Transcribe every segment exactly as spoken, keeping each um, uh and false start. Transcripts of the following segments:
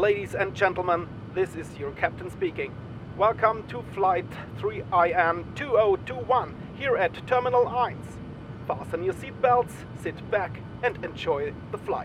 Ladies and gentlemen, this is your captain speaking. Welcome to flight three I N two zero two one here at Terminal one. Fasten your seatbelts, sit back and enjoy the flight.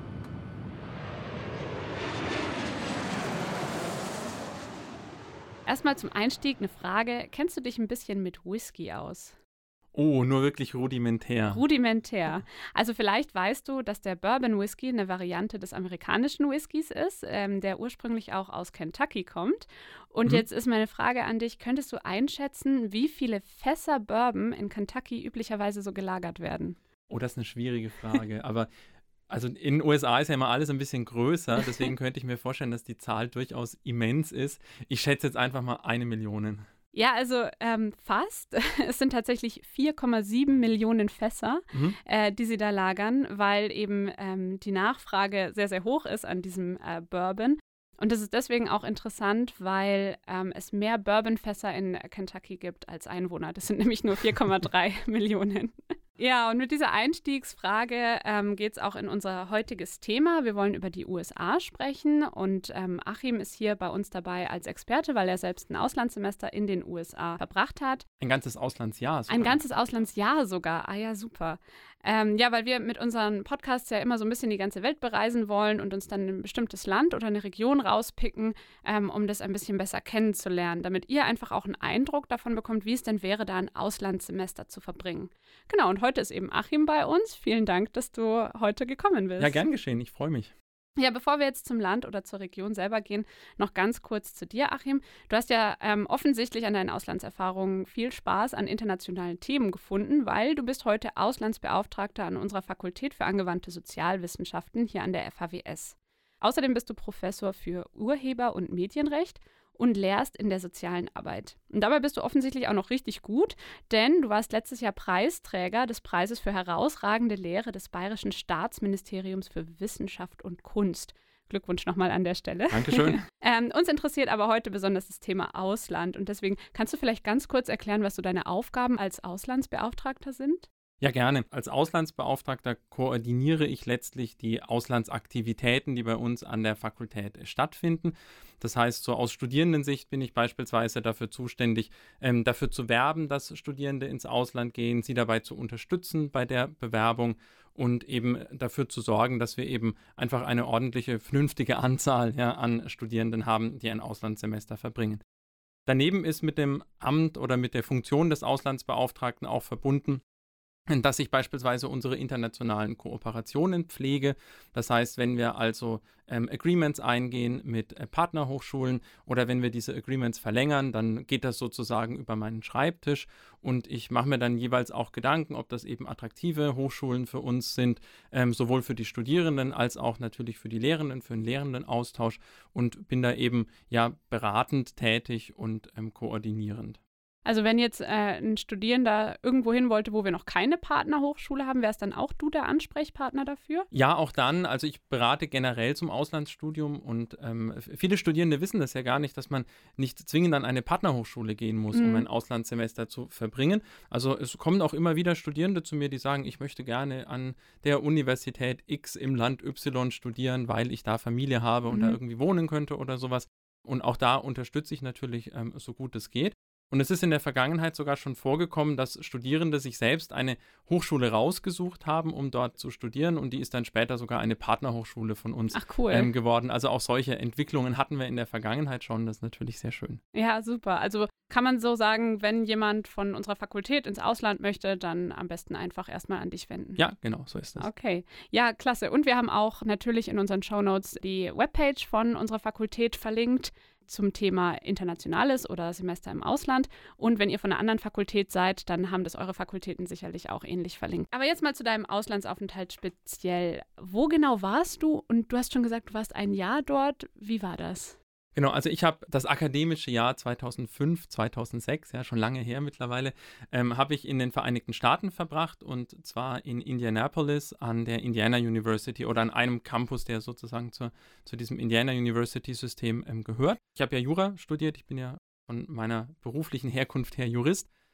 Erstmal zum Einstieg eine Frage. Kennst du dich ein bisschen mit Whisky aus? Oh, nur wirklich rudimentär. Rudimentär. Also vielleicht weißt du, dass der Bourbon Whisky eine Variante des amerikanischen Whiskys ist, ähm, der ursprünglich auch aus Kentucky kommt. Und Mhm. jetzt ist meine Frage an dich, könntest du einschätzen, wie viele Fässer Bourbon in Kentucky üblicherweise so gelagert werden? Oh, das ist eine schwierige Frage. Aber also in den U S A ist ja immer alles ein bisschen größer. Deswegen könnte ich mir vorstellen, dass die Zahl durchaus immens ist. Ich schätze jetzt einfach mal eine Million. Ja, also ähm, fast. Es sind tatsächlich vier Komma sieben Millionen Fässer, Mhm. äh, die sie da lagern, weil eben ähm, die Nachfrage sehr, sehr hoch ist an diesem äh, Bourbon. Und das ist deswegen auch interessant, weil ähm, es mehr Bourbonfässer in Kentucky gibt als Einwohner. Das sind nämlich nur vier Komma drei Millionen. Ja, und mit dieser Einstiegsfrage ähm, geht es auch in unser heutiges Thema. Wir wollen über die U S A sprechen und ähm, Achim ist hier bei uns dabei als Experte, weil er selbst ein Auslandssemester in den U S A verbracht hat. Ein ganzes Auslandsjahr sogar. Ein ganzes Auslandsjahr sogar. Ah ja, super. Ähm, ja, weil wir mit unseren Podcasts ja immer so ein bisschen die ganze Welt bereisen wollen und uns dann ein bestimmtes Land oder eine Region rauspicken, ähm, um das ein bisschen besser kennenzulernen, damit ihr einfach auch einen Eindruck davon bekommt, wie es denn wäre, da ein Auslandssemester zu verbringen. Genau, und heute ist eben Achim bei uns. Vielen Dank, dass du heute gekommen bist. Ja, gern geschehen. Ich freue mich. Ja, bevor wir jetzt zum Land oder zur Region selber gehen, noch ganz kurz zu dir, Achim. Du hast ja ähm, offensichtlich an deinen Auslandserfahrungen viel Spaß an internationalen Themen gefunden, weil du bist heute Auslandsbeauftragter an unserer Fakultät für angewandte Sozialwissenschaften hier an der F H W S. Außerdem bist du Professor für Urheber- und Medienrecht und lehrst in der sozialen Arbeit. Und dabei bist du offensichtlich auch noch richtig gut, denn du warst letztes Jahr Preisträger des Preises für herausragende Lehre des Bayerischen Staatsministeriums für Wissenschaft und Kunst. Glückwunsch nochmal an der Stelle. Dankeschön. ähm, uns interessiert aber heute besonders das Thema Ausland und deswegen kannst du vielleicht ganz kurz erklären, was so deine Aufgaben als Auslandsbeauftragter sind? Ja, gerne. Als Auslandsbeauftragter koordiniere ich letztlich die Auslandsaktivitäten, die bei uns an der Fakultät stattfinden. Das heißt, so aus Studierendensicht bin ich beispielsweise dafür zuständig, ähm, dafür zu werben, dass Studierende ins Ausland gehen, sie dabei zu unterstützen bei der Bewerbung und eben dafür zu sorgen, dass wir eben einfach eine ordentliche, vernünftige Anzahl ja, an Studierenden haben, die ein Auslandssemester verbringen. Daneben ist mit dem Amt oder mit der Funktion des Auslandsbeauftragten auch verbunden, dass ich beispielsweise unsere internationalen Kooperationen pflege. Das heißt, wenn wir also ähm, Agreements eingehen mit äh, Partnerhochschulen oder wenn wir diese Agreements verlängern, dann geht das sozusagen über meinen Schreibtisch und ich mache mir dann jeweils auch Gedanken, ob das eben attraktive Hochschulen für uns sind, ähm, sowohl für die Studierenden als auch natürlich für die Lehrenden, für den Lehrendenaustausch und bin da eben ja beratend tätig und ähm, koordinierend. Also wenn jetzt äh, ein Studierender irgendwo hin wollte, wo wir noch keine Partnerhochschule haben, wärst dann auch du der Ansprechpartner dafür? Ja, auch dann. Also ich berate generell zum Auslandsstudium und ähm, viele Studierende wissen das ja gar nicht, dass man nicht zwingend an eine Partnerhochschule gehen muss, Mhm. um ein Auslandssemester zu verbringen. Also es kommen auch immer wieder Studierende zu mir, die sagen, ich möchte gerne an der Universität X im Land Y studieren, weil ich da Familie habe und Mhm. da irgendwie wohnen könnte oder sowas. Und auch da unterstütze ich natürlich ähm, so gut es geht. Und es ist in der Vergangenheit sogar schon vorgekommen, dass Studierende sich selbst eine Hochschule rausgesucht haben, um dort zu studieren. Und die ist dann später sogar eine Partnerhochschule von uns Ach cool. ähm, geworden. Also auch solche Entwicklungen hatten wir in der Vergangenheit schon. Das ist natürlich sehr schön. Ja, super. Also kann man so sagen, wenn jemand von unserer Fakultät ins Ausland möchte, dann am besten einfach erstmal an dich wenden. Ja, genau, so ist es. Okay. Ja, klasse. Und wir haben auch natürlich in unseren Shownotes die Webpage von unserer Fakultät verlinkt zum Thema Internationales oder Semester im Ausland. Und wenn ihr von einer anderen Fakultät seid, dann haben das eure Fakultäten sicherlich auch ähnlich verlinkt. Aber jetzt mal zu deinem Auslandsaufenthalt speziell. Wo genau warst du? Und du hast schon gesagt, du warst ein Jahr dort. Wie war das? Genau, also ich habe das akademische Jahr zweitausendfünf, zweitausendsechs, ja schon lange her mittlerweile, ähm, habe ich in den Vereinigten Staaten verbracht und zwar in Indianapolis an der Indiana University oder an einem Campus, der sozusagen zu, zu diesem Indiana University-System ähm, gehört. Ich habe ja Jura studiert, ich bin ja von meiner beruflichen Herkunft her Jurist,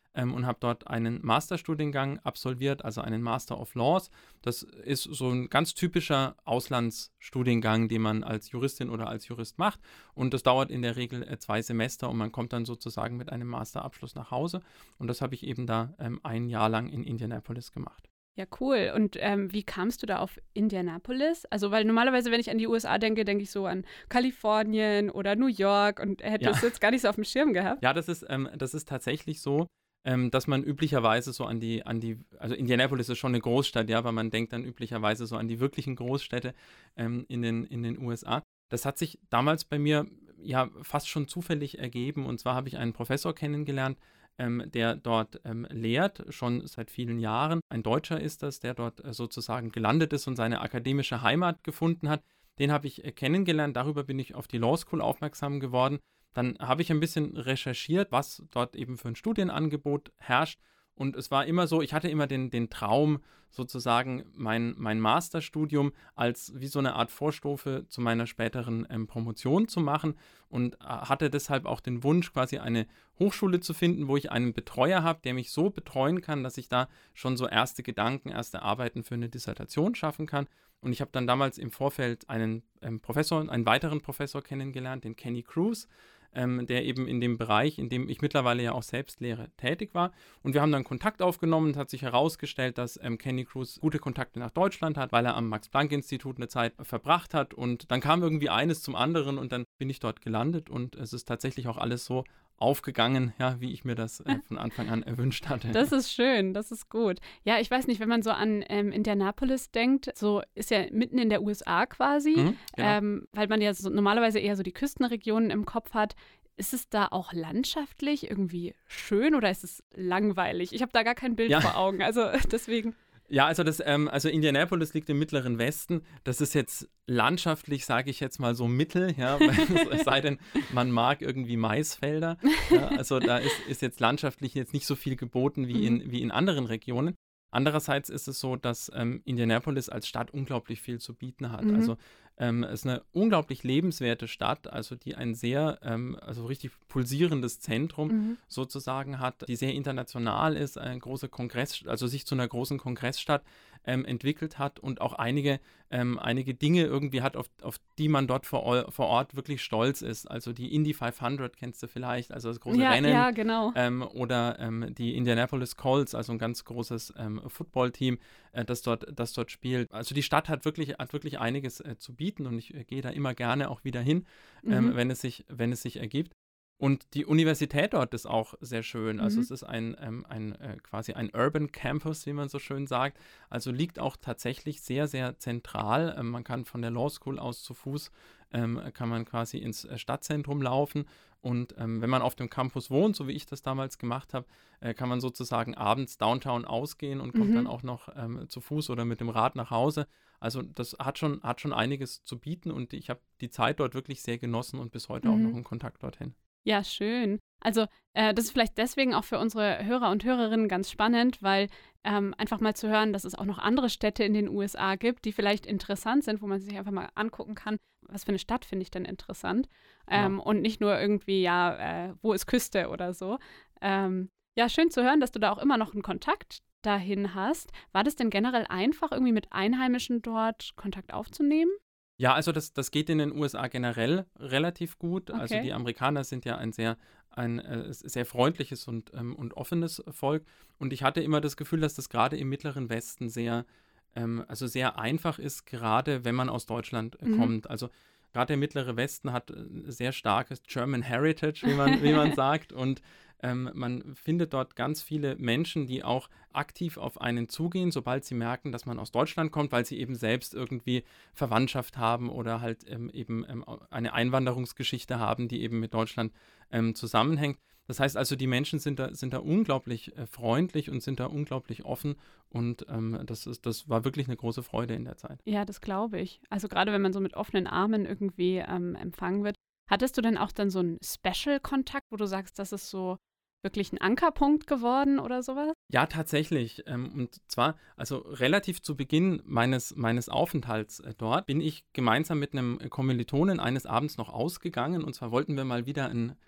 ähm, und habe dort einen Masterstudiengang absolviert, also einen Master of Laws. Das ist so ein ganz typischer Auslandsstudiengang, den man als Juristin oder als Jurist macht. Und das dauert in der Regel äh, zwei Semester und man kommt dann sozusagen mit einem Masterabschluss nach Hause. Und das habe ich eben da ähm, ein Jahr lang in Indianapolis gemacht. Ja, cool. Und ähm, wie kamst du da auf Indianapolis? Also, weil normalerweise, wenn ich an die U S A denke, denke ich so an Kalifornien oder New York und hätte Ja. es jetzt gar nicht so auf dem Schirm gehabt. Ja, das ist, ähm, das ist tatsächlich so, ähm, dass man üblicherweise so an die, an die, also Indianapolis ist schon eine Großstadt, ja, aber man denkt dann üblicherweise so an die wirklichen Großstädte ähm, in den, in den U S A. Das hat sich damals bei mir ja fast schon zufällig ergeben. Und zwar habe ich einen Professor kennengelernt, ähm, der dort ähm, lehrt, schon seit vielen Jahren. Ein Deutscher ist das, der dort äh, sozusagen gelandet ist und seine akademische Heimat gefunden hat. Den habe ich äh, kennengelernt, darüber bin ich auf die Law School aufmerksam geworden. Dann habe ich ein bisschen recherchiert, was dort eben für ein Studienangebot herrscht. Und es war immer so, ich hatte immer den, den Traum, sozusagen mein, mein Masterstudium als wie so eine Art Vorstufe zu meiner späteren ähm, Promotion zu machen und äh, hatte deshalb auch den Wunsch, quasi eine Hochschule zu finden, wo ich einen Betreuer habe, der mich so betreuen kann, dass ich da schon so erste Gedanken, erste Arbeiten für eine Dissertation schaffen kann. Und ich habe dann damals im Vorfeld einen ähm, Professor, einen weiteren Professor kennengelernt, den Kenny Cruz, Ähm, der eben in dem Bereich, in dem ich mittlerweile ja auch selbst lehre, tätig war. Und wir haben dann Kontakt aufgenommen. Es hat sich herausgestellt, dass ähm, Kenny Cruz gute Kontakte nach Deutschland hat, weil er am Max-Planck-Institut eine Zeit verbracht hat. Und dann kam irgendwie eines zum anderen und dann bin ich dort gelandet. Und es ist tatsächlich auch alles so aufgegangen, ja, wie ich mir das äh, von Anfang an erwünscht hatte. Das ist schön, das ist gut. Ja, ich weiß nicht, wenn man so an ähm, Indianapolis denkt, so ist ja mitten in der U S A quasi, Mhm, genau. ähm, weil man ja so, normalerweise eher so die Küstenregionen im Kopf hat. Ist es da auch landschaftlich irgendwie schön oder ist es langweilig? Ich habe da gar kein Bild Ja. vor Augen, also deswegen. Ja, also das, ähm, also Indianapolis liegt im mittleren Westen. Das ist jetzt landschaftlich, sage ich jetzt mal so mittel, ja, weil, es sei denn, man mag irgendwie Maisfelder. Ja, also da ist, ist jetzt landschaftlich jetzt nicht so viel geboten wie in, wie in anderen Regionen. Andererseits ist es so, dass ähm, Indianapolis als Stadt unglaublich viel zu bieten hat. Mhm. Also ähm, es ist eine unglaublich lebenswerte Stadt, also die ein sehr, ähm, also richtig pulsierendes Zentrum Mhm. sozusagen hat, die sehr international ist, eine große Kongress, also sich zu einer großen Kongressstadt ähm, entwickelt hat und auch einige, ähm, einige Dinge irgendwie hat, auf, auf die man dort vor, vor Ort wirklich stolz ist. Also die Indy fünfhundert kennst du vielleicht, also das große Ja, Rennen. ja, genau. Ähm, oder ähm, die Indianapolis Colts, also ein ganz großes ähm, Footballteam, äh, das, dort, das dort spielt. Also die Stadt hat wirklich, hat wirklich einiges äh, zu bieten und ich äh, gehe da immer gerne auch wieder hin, ähm, Mhm. wenn es sich, wenn es sich ergibt. Und die Universität dort ist auch sehr schön. Also Mhm. es ist ein, ähm, ein äh, quasi ein Urban Campus, wie man so schön sagt. Also liegt auch tatsächlich sehr, sehr zentral. Ähm, man kann von der Law School aus zu Fuß, ähm, kann man quasi ins äh, Stadtzentrum laufen. Und ähm, wenn man auf dem Campus wohnt, so wie ich das damals gemacht habe, äh, kann man sozusagen abends downtown ausgehen und kommt Mhm. dann auch noch ähm, zu Fuß oder mit dem Rad nach Hause. Also das hat schon, hat schon einiges zu bieten und ich habe die Zeit dort wirklich sehr genossen und bis heute auch Mhm. noch einen Kontakt dorthin. Ja, schön. Also äh, das ist vielleicht deswegen auch für unsere Hörer und Hörerinnen ganz spannend, weil ähm, einfach mal zu hören, dass es auch noch andere Städte in den U S A gibt, die vielleicht interessant sind, wo man sich einfach mal angucken kann, was für eine Stadt finde ich denn interessant. Ähm, Ja. Und nicht nur irgendwie, ja, äh, wo ist Küste oder so. Ähm, ja, schön zu hören, dass du da auch immer noch einen Kontakt dahin hast. War das denn generell einfach, irgendwie mit Einheimischen dort Kontakt aufzunehmen? Ja, also das, das geht in den U S A generell relativ gut. Also Okay. die Amerikaner sind ja ein sehr, ein äh, sehr freundliches und, ähm, und offenes Volk. Und ich hatte immer das Gefühl, dass das gerade im Mittleren Westen sehr, ähm, also sehr einfach ist, gerade wenn man aus Deutschland äh, Mhm. kommt. Also gerade der Mittlere Westen hat äh, sehr starkes German Heritage, wie man, wie man sagt. Und ähm, man findet dort ganz viele Menschen, die auch aktiv auf einen zugehen, sobald sie merken, dass man aus Deutschland kommt, weil sie eben selbst irgendwie Verwandtschaft haben oder halt ähm, eben ähm, eine Einwanderungsgeschichte haben, die eben mit Deutschland ähm, zusammenhängt. Das heißt also, die Menschen sind da, sind da unglaublich äh, freundlich und sind da unglaublich offen und ähm, das ist, das war wirklich eine große Freude in der Zeit. Ja, das glaube ich. Also gerade wenn man so mit offenen Armen irgendwie ähm, empfangen wird. Hattest du denn auch dann so einen Special-Kontakt, wo du sagst, das ist so wirklich ein Ankerpunkt geworden oder sowas? Ja, tatsächlich. Ähm, und zwar, also relativ zu Beginn meines, meines Aufenthalts äh, dort, bin ich gemeinsam mit einem Kommilitonen eines Abends noch ausgegangen. Und zwar wollten wir mal wieder ein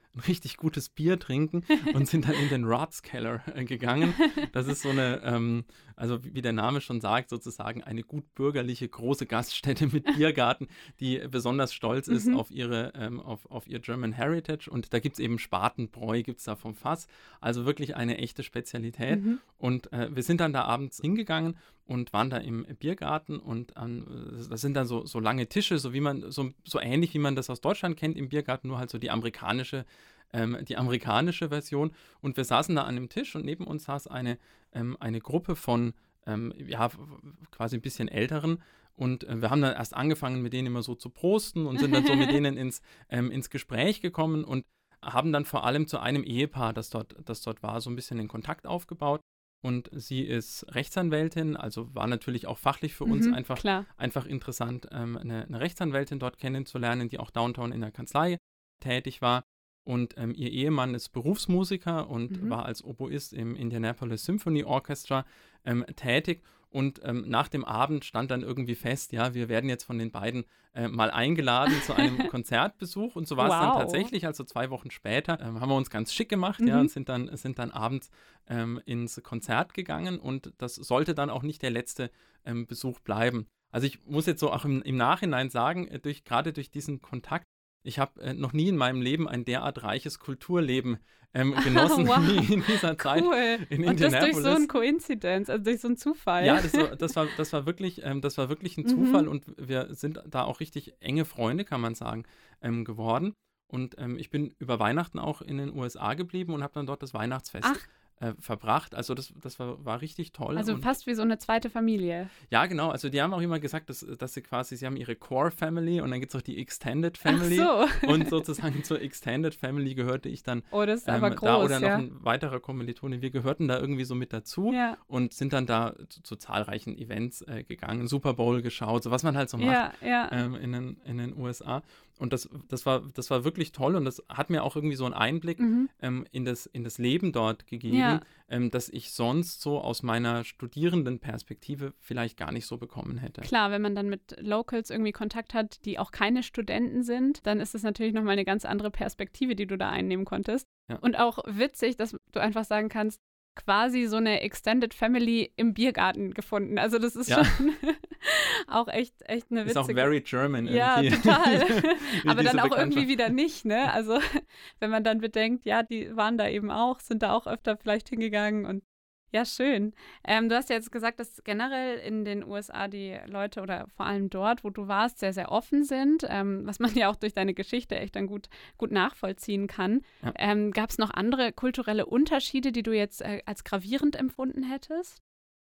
ein richtig gutes Bier trinken und sind dann in den Ratskeller äh, gegangen. Das ist so eine, ähm, also wie der Name schon sagt, sozusagen eine gut bürgerliche große Gaststätte mit Biergarten, die besonders stolz ist Mhm. auf ihre, ähm, auf, auf ihr German Heritage. Und da gibt es eben Spatenbräu, gibt es da vom Fass. Also wirklich eine echte Spezialität. Mhm. Und äh, wir sind dann da abends hingegangen und waren da im Biergarten und ähm, das sind dann so, so lange Tische, so wie man, so, so ähnlich wie man das aus Deutschland kennt im Biergarten, nur halt so die amerikanische, ähm, die amerikanische Version. Und wir saßen da an einem Tisch und neben uns saß eine, ähm, eine Gruppe von, ähm, ja, quasi ein bisschen älteren. Und äh, wir haben dann erst angefangen, mit denen immer so zu prosten und sind dann so mit denen ins, ähm, ins Gespräch gekommen und haben dann vor allem zu einem Ehepaar, das dort, das dort war, so ein bisschen den Kontakt aufgebaut. Und sie ist Rechtsanwältin, also war natürlich auch fachlich für uns Mhm, einfach, klar. einfach interessant, ähm, eine, eine Rechtsanwältin dort kennenzulernen, die auch downtown in der Kanzlei tätig war. Und ähm, ihr Ehemann ist Berufsmusiker und Mhm. war als Oboist im Indianapolis Symphony Orchestra ähm, tätig. Und ähm, nach dem Abend stand dann irgendwie fest, ja, wir werden jetzt von den beiden äh, mal eingeladen zu einem Konzertbesuch. Und so war es dann Wow. tatsächlich. Also zwei Wochen später ähm, haben wir uns ganz schick gemacht, Mhm. ja, und sind dann, sind dann abends ähm, ins Konzert gegangen. Und das sollte dann auch nicht der letzte ähm, Besuch bleiben. Also ich muss jetzt so auch im, im Nachhinein sagen, äh, durch, gerade durch diesen Kontakt, ich habe äh, noch nie in meinem Leben ein derart reiches Kulturleben ähm, genossen Wow. wie in dieser Zeit Cool. in Und das durch Indianapolis. so eine Koinzidenz, also durch so einen Zufall. Ja, das war, das war, das war wirklich, ähm, das war wirklich ein Mhm. Zufall und wir sind da auch richtig enge Freunde, kann man sagen, ähm, geworden. Und ähm, ich bin über Weihnachten auch in den U S A geblieben und habe dann dort das Weihnachtsfest Ach. äh, verbracht. Also das, das war, war richtig toll. Also und fast wie so eine zweite Familie. ja, genau. Also die haben auch immer gesagt, dass, dass sie quasi, sie haben ihre Core Family und dann gibt es auch die Extended Family. Ach so. Und sozusagen zur Extended Family gehörte ich dann Oh, das ist ähm, aber groß, da oder noch ja. ein weiterer Kommilitone. Wir gehörten da irgendwie so mit dazu Ja, und sind dann da zu, zu zahlreichen Events äh, gegangen, Super Bowl geschaut, so was man halt so macht ja, ja. ähm, in, den, in den U S A. Und das, das, war, das war wirklich toll und das hat mir auch irgendwie so einen Einblick Mhm. ähm, in, das, in das Leben dort gegeben, Ja. ähm, dass ich sonst so aus meiner Studierendenperspektive vielleicht gar nicht so bekommen hätte. Klar, wenn man dann mit Locals irgendwie Kontakt hat, die auch keine Studenten sind, dann ist es natürlich nochmal eine ganz andere Perspektive, die du da einnehmen konntest. Ja. Und auch witzig, dass du einfach sagen kannst, quasi so eine Extended Family im Biergarten gefunden. Also das ist Ja. schon auch echt, echt eine Ist witzige... auch very German Ja, irgendwie. total. Wie Aber dann diese auch irgendwie Bekanntschaft. wieder nicht, ne? Also wenn man dann bedenkt, ja, die waren da eben auch, sind da auch öfter vielleicht hingegangen und ja, schön. Ähm, du hast ja jetzt gesagt, dass generell in den U S A die Leute oder vor allem dort, wo du warst, sehr, sehr offen sind, ähm, was man ja auch durch deine Geschichte echt dann gut, gut nachvollziehen kann. Ja. Ähm, gab es noch andere kulturelle Unterschiede, die du jetzt äh, als gravierend empfunden hättest?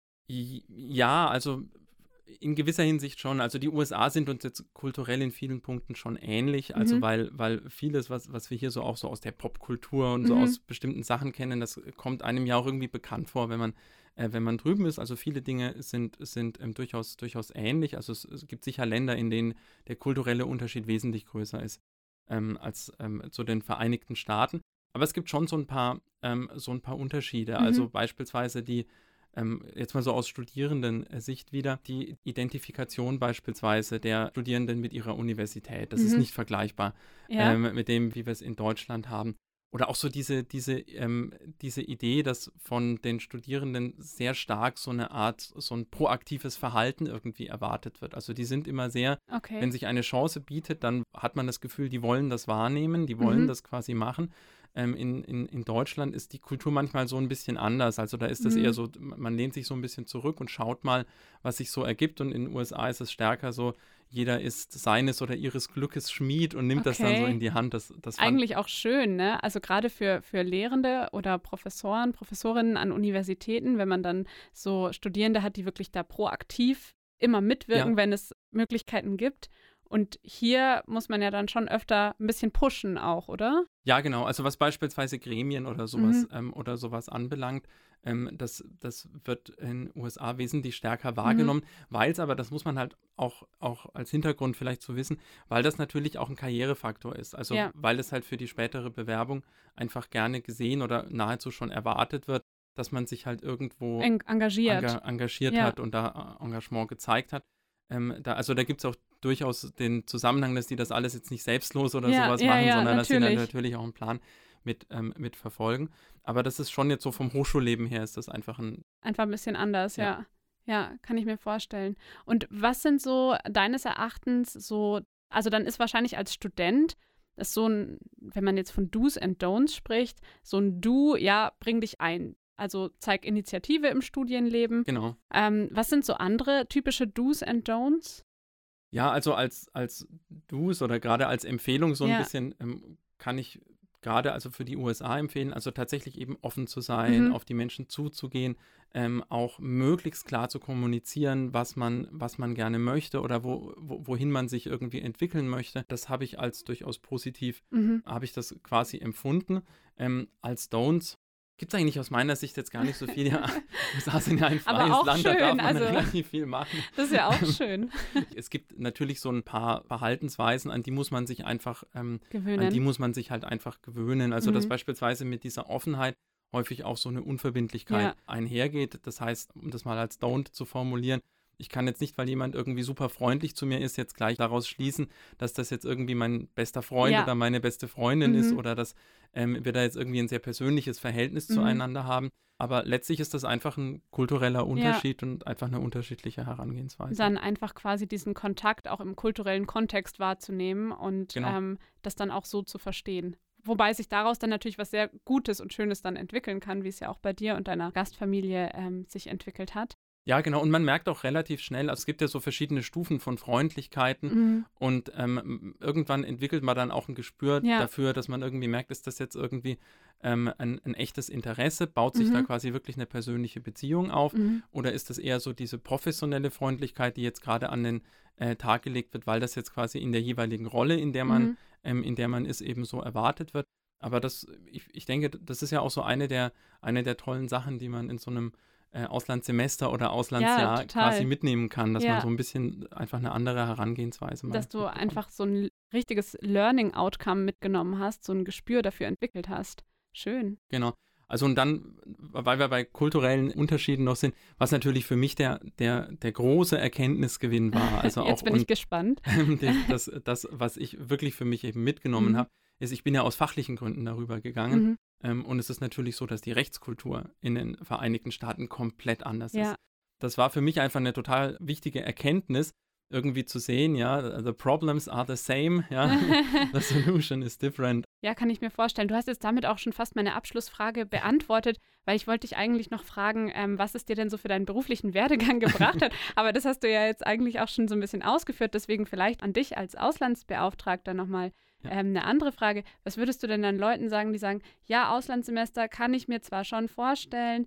Ja, also in gewisser Hinsicht schon. Also die U S A sind uns jetzt kulturell in vielen Punkten schon ähnlich. Also Mhm. weil, weil vieles, was, was wir hier so auch so aus der Popkultur und so Mhm. aus bestimmten Sachen kennen, das kommt einem ja auch irgendwie bekannt vor, wenn man, äh, wenn man drüben ist. Also viele Dinge sind, sind ähm, durchaus, durchaus ähnlich. Also es, es gibt sicher Länder, in denen der kulturelle Unterschied wesentlich größer ist ähm, als ähm, zu den Vereinigten Staaten. Aber es gibt schon so ein paar, ähm, so ein paar Unterschiede. Mhm. Also beispielsweise die Ähm, jetzt mal so aus Studierendensicht wieder, die Identifikation beispielsweise der Studierenden mit ihrer Universität. Das ist Mhm. nicht vergleichbar Ja. ähm, mit dem, wie wir es in Deutschland haben. Oder auch so diese, diese, ähm, diese Idee, dass von den Studierenden sehr stark so eine Art, so ein proaktives Verhalten irgendwie erwartet wird. Also die sind immer sehr, Okay. wenn sich eine Chance bietet, dann hat man das Gefühl, die wollen das wahrnehmen, die wollen Mhm. das quasi machen. Ähm, in, in, in Deutschland ist die Kultur manchmal so ein bisschen anders. Also da ist das Mhm. eher so, man lehnt sich so ein bisschen zurück und schaut mal, was sich so ergibt. Und in den U S A ist es stärker so, jeder ist seines oder ihres Glückes Schmied und nimmt das dann so Okay. in die Hand. Das, das fand, Eigentlich auch schön, ne? Also gerade für, für Lehrende oder Professoren, Professorinnen an Universitäten, wenn man dann so Studierende hat, die wirklich da proaktiv immer mitwirken, Ja. wenn es Möglichkeiten gibt. Und hier muss man ja dann schon öfter ein bisschen pushen auch, oder? Ja, genau. Also was beispielsweise Gremien oder sowas, Mhm. ähm, oder sowas anbelangt, ähm, das, das wird in den U S A wesentlich stärker Mhm. wahrgenommen, weil es aber, das muss man halt auch, auch als Hintergrund vielleicht so wissen, weil das natürlich auch ein Karrierefaktor ist. Also Ja. weil es halt für die spätere Bewerbung einfach gerne gesehen oder nahezu schon erwartet wird, dass man sich halt irgendwo Eng engagiert. enga engagiert Ja. hat und da äh, Engagement gezeigt hat. Ähm, da, also da gibt es auch durchaus den Zusammenhang, dass die das alles jetzt nicht selbstlos oder Ja, sowas ja, machen, ja, sondern dass sie dann natürlich. natürlich auch einen Plan mit, ähm, mit verfolgen. Aber das ist schon jetzt so vom Hochschulleben her ist das einfach ein, Einfach ein bisschen anders, Ja. ja. Ja, kann ich mir vorstellen. Und was sind so deines Erachtens so, also dann ist wahrscheinlich als Student ist so ein, wenn man jetzt von Do's and Don'ts spricht, so ein Do, ja, bring dich ein. Also zeig Initiative im Studienleben. genau. Ähm, was sind so andere typische Do's and Don'ts? Ja, also als, als Do's oder gerade als Empfehlung so ein Ja. bisschen ähm, kann ich gerade also für die U S A empfehlen, also tatsächlich eben offen zu sein, Mhm. auf die Menschen zuzugehen, ähm, auch möglichst klar zu kommunizieren, was man, was man gerne möchte oder wo, wo, wohin man sich irgendwie entwickeln möchte. Das habe ich als durchaus positiv, Mhm. habe ich das quasi empfunden. Ähm, als Don'ts gibt es eigentlich aus meiner Sicht jetzt gar nicht so viel. Ja, U S A sind ja ein Aber freies auch Land, da darf schön, man also- relativ viel machen. Das ist ja auch schön. Es gibt natürlich so ein paar Verhaltensweisen, an die muss man sich einfach, ähm, an die Gewöhnen. muss man sich halt einfach gewöhnen. Also dass Mhm. beispielsweise mit dieser Offenheit häufig auch so eine Unverbindlichkeit Ja. einhergeht. Das heißt, um das mal als Don't zu formulieren, ich kann jetzt nicht, weil jemand irgendwie super freundlich zu mir ist, jetzt gleich daraus schließen, dass das jetzt irgendwie mein bester Freund Ja. oder meine beste Freundin ist Mhm. oder dass ähm, wir da jetzt irgendwie ein sehr persönliches Verhältnis Mhm. zueinander haben. Aber letztlich ist das einfach ein kultureller Unterschied und einfach eine unterschiedliche Herangehensweise. Dann einfach quasi diesen Kontakt auch im kulturellen Kontext wahrzunehmen und Genau. ähm, das dann auch so zu verstehen. Wobei sich daraus dann natürlich was sehr Gutes und Schönes dann entwickeln kann, wie es ja auch bei dir und deiner Gastfamilie ähm, sich entwickelt hat. Ja, genau. Und man merkt auch relativ schnell, also es gibt ja so verschiedene Stufen von Freundlichkeiten Mhm. und ähm, irgendwann entwickelt man dann auch ein Gespür Ja. dafür, dass man irgendwie merkt, ist das jetzt irgendwie ähm, ein, ein echtes Interesse? Baut sich da Mhm. quasi wirklich eine persönliche Beziehung auf? Mhm. Oder ist das eher so diese professionelle Freundlichkeit, die jetzt gerade an den äh, Tag gelegt wird, weil das jetzt quasi in der jeweiligen Rolle, in der man, Mhm. ähm, in der man ist, eben so erwartet wird? Aber das, ich, ich denke, das ist ja auch so eine der, eine der tollen Sachen, die man in so einem äh, Auslandssemester oder Auslandsjahr total. quasi mitnehmen kann, dass Ja. man so ein bisschen einfach eine andere Herangehensweise mal Dass du mitbekommt. einfach so ein richtiges Learning-Outcome mitgenommen hast, so ein Gespür dafür entwickelt hast. Schön. Genau. Also und dann, weil wir bei kulturellen Unterschieden noch sind, was natürlich für mich der, der, der große Erkenntnisgewinn war. Also Jetzt auch bin und ich gespannt. das, das, was ich wirklich für mich eben mitgenommen Mhm. habe, ist, ich bin ja aus fachlichen Gründen darüber gegangen. Mhm. Ähm, und es ist natürlich so, dass die Rechtskultur in den Vereinigten Staaten komplett anders Ja. ist. Das war für mich einfach eine total wichtige Erkenntnis, irgendwie zu sehen, ja, the problems are the same, ja, the solution is different. Ja, kann ich mir vorstellen. Du hast jetzt damit auch schon fast meine Abschlussfrage beantwortet, weil ich wollte dich eigentlich noch fragen, ähm, was es dir denn so für deinen beruflichen Werdegang gebracht hat. Aber das hast du ja jetzt eigentlich auch schon so ein bisschen ausgeführt. Deswegen vielleicht an dich als Auslandsbeauftragter nochmal Ja. ähm, eine andere Frage. Was würdest du denn dann Leuten sagen, die sagen, ja, Auslandssemester kann ich mir zwar schon vorstellen,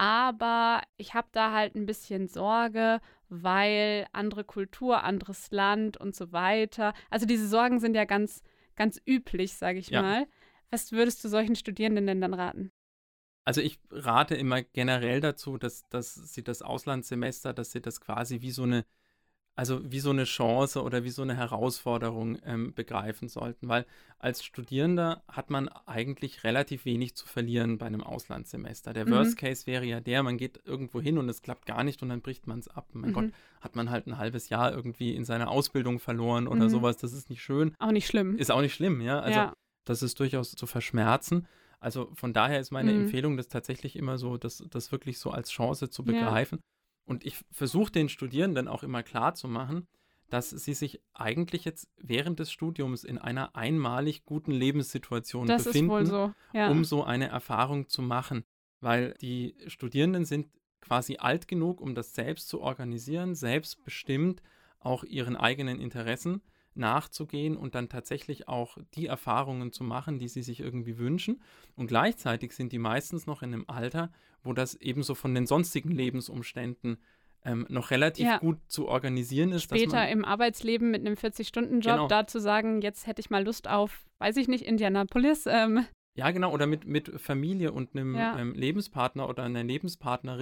aber ich habe da halt ein bisschen Sorge, weil andere Kultur, anderes Land und so weiter. Also diese Sorgen sind ja ganz ganz üblich, sage ich Ja. mal. Was würdest du solchen Studierenden denn dann raten? Also ich rate immer generell dazu, dass, dass sie das Auslandssemester, dass sie das quasi wie so eine, also wie so eine Chance oder wie so eine Herausforderung ähm, begreifen sollten, weil als Studierender hat man eigentlich relativ wenig zu verlieren bei einem Auslandssemester. Der Mhm. Worst Case wäre ja der, man geht irgendwo hin und es klappt gar nicht und dann bricht man es ab. Mein Mhm. Gott, hat man halt ein halbes Jahr irgendwie in seiner Ausbildung verloren oder Mhm. sowas, das ist nicht schön. Auch nicht schlimm. Ist auch nicht schlimm, ja. Also ja. das ist durchaus zu verschmerzen. Also von daher ist meine Mhm. Empfehlung, das tatsächlich immer so, das, das wirklich so als Chance zu Ja. begreifen. Und ich versuche den Studierenden auch immer klarzumachen, dass sie sich eigentlich jetzt während des Studiums in einer einmalig guten Lebenssituation Das befinden, ist wohl so. Ja. um so eine Erfahrung zu machen. Weil die Studierenden sind quasi alt genug, um das selbst zu organisieren, selbstbestimmt auch ihren eigenen Interessen nachzugehen und dann tatsächlich auch die Erfahrungen zu machen, die sie sich irgendwie wünschen. Und gleichzeitig sind die meistens noch in einem Alter, wo das ebenso von den sonstigen Lebensumständen ähm, noch relativ Ja. gut zu organisieren ist. dass Später man, im Arbeitsleben mit einem vierzig-Stunden-Job Genau. da zu sagen, jetzt hätte ich mal Lust auf, weiß ich nicht, Indianapolis. Ähm, Ja, genau, oder mit, mit Familie und einem Ja. ähm, Lebenspartner oder einer Lebenspartnerin,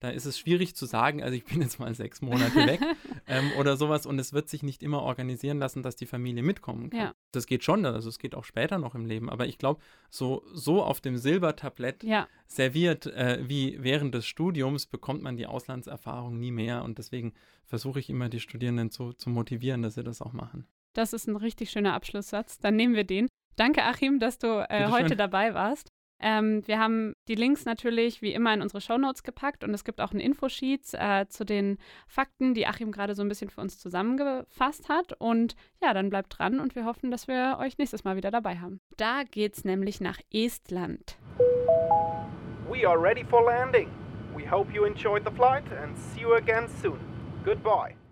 Da ist es schwierig zu sagen, also ich bin jetzt mal sechs Monate weg ähm, oder sowas und es wird sich nicht immer organisieren lassen, dass die Familie mitkommen kann. Ja. Das geht schon, also es geht auch später noch im Leben, aber ich glaube, so, so auf dem Silbertablett Ja. serviert äh, wie während des Studiums bekommt man die Auslandserfahrung nie mehr und deswegen versuche ich immer die Studierenden zu, zu motivieren, dass sie das auch machen. Das ist ein richtig schöner Abschlusssatz. Dann nehmen wir den. Danke, Achim, dass du äh, heute dabei warst. Ähm, wir haben die Links natürlich wie immer in unsere Shownotes gepackt und es gibt auch ein Infosheet äh, zu den Fakten, die Achim gerade so ein bisschen für uns zusammengefasst hat. Und ja, dann bleibt dran und wir hoffen, dass wir euch nächstes Mal wieder dabei haben. Da geht's nämlich nach Estland. We are ready for landing. We hope you enjoyed the flight and see you again soon. Goodbye.